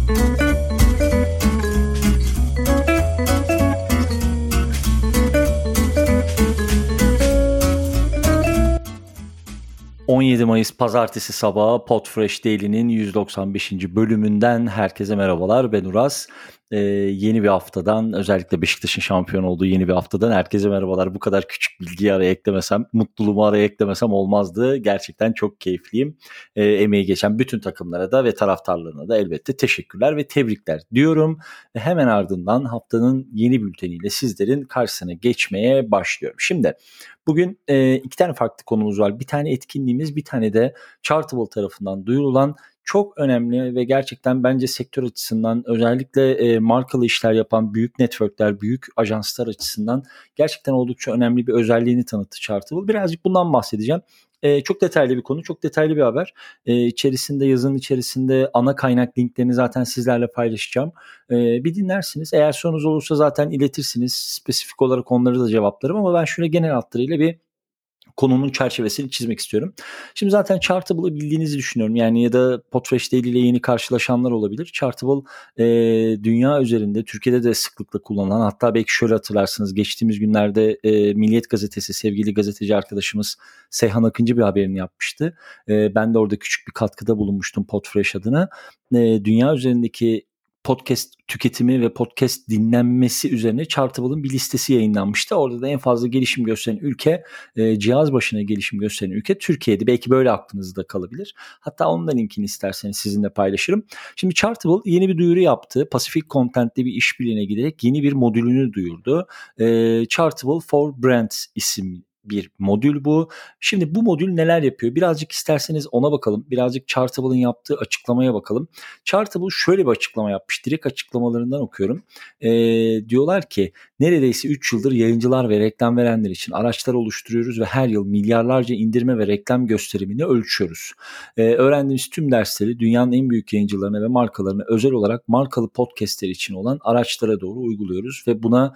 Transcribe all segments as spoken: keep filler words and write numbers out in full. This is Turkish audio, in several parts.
on yedi Mayıs Pazartesi sabahı Podfresh Daily'nin yüz doksan beşinci bölümünden herkese merhabalar. Ben Uras. Ee, yeni bir haftadan, özellikle Beşiktaş'ın şampiyon olduğu yeni bir haftadan herkese merhabalar. Bu kadar küçük bilgiyi araya eklemesem, mutluluğumu araya eklemesem olmazdı. Gerçekten çok keyifliyim. Ee, emeği geçen bütün takımlara da ve taraftarlarına da elbette teşekkürler ve tebrikler diyorum. Ve hemen ardından haftanın yeni bülteniyle sizlerin karşısına geçmeye başlıyorum. Şimdi bugün e, iki tane farklı konumuz var. Bir tane etkinliğimiz, bir tane de Chartable tarafından duyurulan çok önemli ve gerçekten bence sektör açısından, özellikle e, markalı işler yapan büyük networkler, büyük ajanslar açısından gerçekten oldukça önemli bir özelliğini tanıttı Chartable. Birazcık bundan bahsedeceğim. Ee, çok detaylı bir konu, çok detaylı bir haber. Ee, içerisinde, yazının içerisinde ana kaynak linklerini zaten sizlerle paylaşacağım. Ee, bir dinlersiniz. Eğer sorunuz olursa zaten iletirsiniz. Spesifik olarak onları da cevaplarım ama ben şöyle genel hatlarıyla bir konunun çerçevesini çizmek istiyorum. Şimdi zaten Chartable'ı bildiğinizi düşünüyorum. Yani ya da Podfresh Daily ile yeni karşılaşanlar olabilir. Chartable e, dünya üzerinde, Türkiye'de de sıklıkla kullanılan, hatta belki şöyle hatırlarsınız, geçtiğimiz günlerde e, Milliyet Gazetesi sevgili gazeteci arkadaşımız Seyhan Akıncı bir haberini yapmıştı. E, ben de orada küçük bir katkıda bulunmuştum Podfresh adına. E, dünya üzerindeki podcast tüketimi ve podcast dinlenmesi üzerine Chartable'ın bir listesi yayınlanmıştı. Orada da en fazla gelişim gösteren ülke, e, cihaz başına gelişim gösteren ülke Türkiye'di. Belki böyle aklınızda kalabilir. Hatta onun da linkini isterseniz sizinle paylaşırım. Şimdi Chartable yeni bir duyuru yaptı. Pacific Content'le bir işbirliğine giderek yeni bir modülünü duyurdu. E, Chartable for Brands isimli bir modül bu. Şimdi bu modül neler yapıyor? Birazcık isterseniz ona bakalım. Birazcık Chartable'ın yaptığı açıklamaya bakalım. Chartable şöyle bir açıklama yapmış. Direkt açıklamalarından okuyorum. Ee, diyorlar ki neredeyse üç yıldır yayıncılar ve reklam verenler için araçlar oluşturuyoruz ve her yıl milyarlarca indirme ve reklam gösterimini ölçüyoruz. Ee, öğrendiğimiz tüm dersleri dünyanın en büyük yayıncılarına ve markalarına özel olarak markalı podcastler için olan araçlara doğru uyguluyoruz ve buna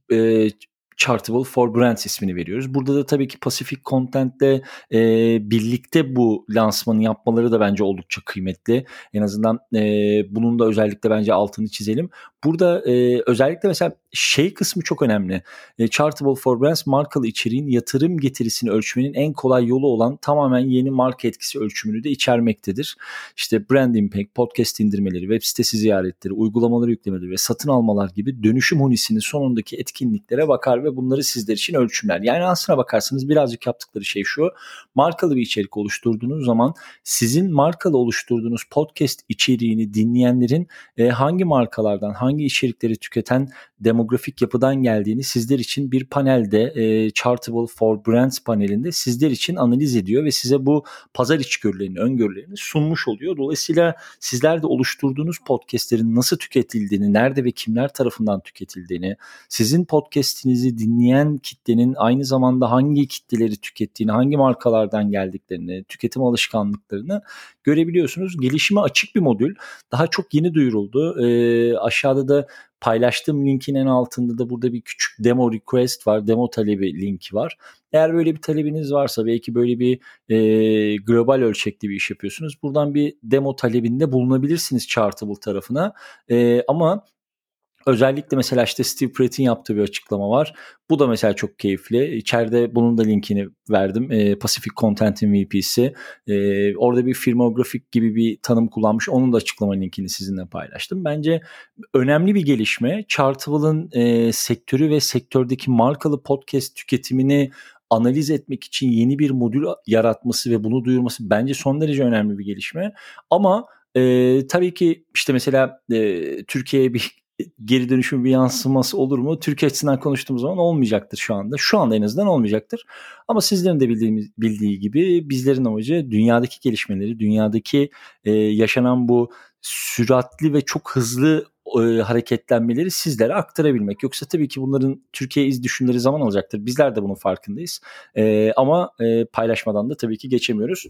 e, Chartable for Brands ismini veriyoruz. Burada da tabii ki Pacific Content'le e, birlikte bu lansmanı yapmaları da bence oldukça kıymetli. En azından e, bunun da özellikle bence altını çizelim. Burada e, özellikle mesela şey kısmı çok önemli. E, Chartable for Brands markalı içeriğin yatırım getirisini ölçmenin en kolay yolu olan tamamen yeni marka etkisi ölçümünü de içermektedir. İşte brand impact, podcast indirmeleri, web sitesi ziyaretleri, uygulamaları yüklemeleri ve satın almalar gibi dönüşüm hunisinin sonundaki etkinliklere bakar ve bunları sizler için ölçümler. Yani aslına bakarsanız birazcık yaptıkları şey şu: markalı bir içerik oluşturduğunuz zaman sizin markalı oluşturduğunuz podcast içeriğini dinleyenlerin e, hangi markalardan, hangi içerikleri tüketen demografik yapıdan geldiğini sizler için bir panelde, e, Chartable for Brands panelinde sizler için analiz ediyor ve size bu pazar içgörülerini, öngörülerini sunmuş oluyor. Dolayısıyla sizler de oluşturduğunuz podcastlerin nasıl tüketildiğini, nerede ve kimler tarafından tüketildiğini, sizin podcastinizi dinleyen kitlenin aynı zamanda hangi kitleleri tükettiğini, hangi markalardan geldiklerini, tüketim alışkanlıklarını görebiliyorsunuz. Gelişime açık bir modül. Daha çok yeni duyuruldu. E, aşağıda da paylaştığım linkin en altında da burada bir küçük demo request var. Demo talebi linki var. Eğer böyle bir talebiniz varsa, belki böyle bir e, global ölçekli bir iş yapıyorsunuz, buradan bir demo talebinde bulunabilirsiniz Chartable tarafına. E, ama özellikle mesela işte Steve Pratt'in yaptığı bir açıklama var. Bu da mesela çok keyifli. İçeride bunun da linkini verdim. E, Pacific Content'in V P'si. E, orada bir firmografik gibi bir tanım kullanmış. Onun da açıklama linkini sizinle paylaştım. Bence önemli bir gelişme. Chartable'ın e, sektörü ve sektördeki markalı podcast tüketimini analiz etmek için yeni bir modül yaratması ve bunu duyurması bence son derece önemli bir gelişme. Ama e, tabii ki işte mesela e, Türkiye'ye bir geri dönüşüm bir yansıması olur mu? Türkiye açısından konuştuğumuz zaman olmayacaktır şu anda. Şu anda en azından olmayacaktır. Ama sizlerin de bildiğimiz, bildiği gibi bizlerin amacı dünyadaki gelişmeleri, dünyadaki e, yaşanan bu süratli ve çok hızlı e, hareketlenmeleri sizlere aktarabilmek. Yoksa tabii ki bunların Türkiye iz düşümleri zaman alacaktır. Bizler de bunun farkındayız. E, ama e, paylaşmadan da tabii ki geçemiyoruz.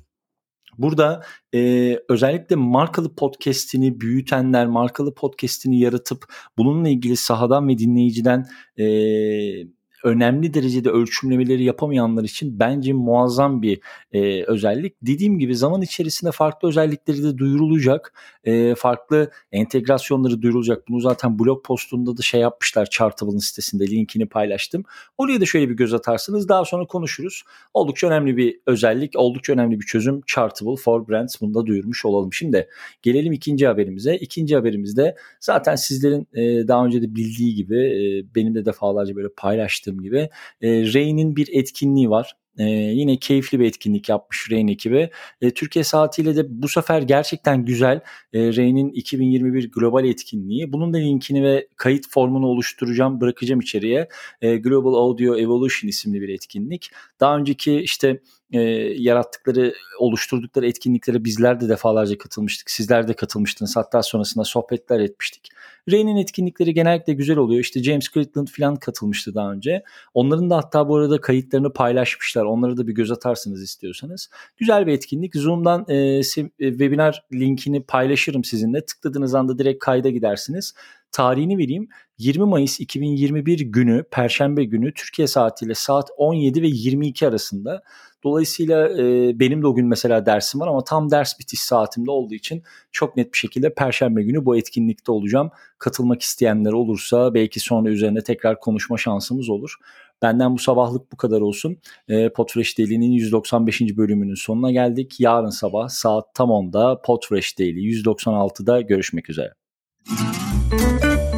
Burada e, özellikle markalı podcast'ini büyütenler, markalı podcast'ini yaratıp bununla ilgili sahadan ve dinleyiciden e, önemli derecede ölçümlemeleri yapamayanlar için bence muazzam bir e, özellik. Dediğim gibi zaman içerisinde farklı özellikleri de duyurulacak. E, farklı entegrasyonları duyurulacak. Bunu zaten blog postunda da şey yapmışlar, Chartable'ın sitesinde linkini paylaştım. Oraya da şöyle bir göz atarsınız. Daha sonra konuşuruz. Oldukça önemli bir özellik, oldukça önemli bir çözüm Chartable for Brands. Bunu da duyurmuş olalım. Şimdi gelelim ikinci haberimize. İkinci haberimizde zaten sizlerin e, daha önce de bildiği gibi e, benim de defalarca böyle paylaştığım gibi e, Reign'in bir etkinliği var. Ee, yine keyifli bir etkinlik yapmış Reign ekibi. Ee, Türkiye saatiyle de bu sefer gerçekten güzel. Ee, Reign'in iki bin yirmi bir global etkinliği. Bunun da linkini ve kayıt formunu oluşturacağım, bırakacağım içeriye. Ee, Global Audio Evolution isimli bir etkinlik. Daha önceki işte e, yarattıkları, oluşturdukları etkinliklere bizler de defalarca katılmıştık. Sizler de katılmıştınız. Hatta sonrasında sohbetler etmiştik. Reign'in etkinlikleri genellikle güzel oluyor. İşte James Crichton falan katılmıştı daha önce. Onların da hatta bu arada kayıtlarını paylaşmışlar. Onlara da bir göz atarsınız istiyorsanız. Güzel bir etkinlik. Zoom'dan e, se- e, webinar linkini paylaşırım sizinle. Tıkladığınız anda direkt kayda gidersiniz. Tarihini vereyim. yirmi Mayıs iki bin yirmi bir günü, Perşembe günü Türkiye saatiyle saat on yedi ve yirmi iki arasında. Dolayısıyla e, benim de o gün mesela dersim var ama tam ders bitiş saatimde olduğu için çok net bir şekilde Perşembe günü bu etkinlikte olacağım. Katılmak isteyenler olursa belki sonra üzerine tekrar konuşma şansımız olur. Benden bu sabahlık bu kadar olsun. E, Podfresh Daily'nin yüz doksan beşinci bölümünün sonuna geldik. Yarın sabah saat tam onda Podfresh Daily yüz doksan altıda görüşmek üzere.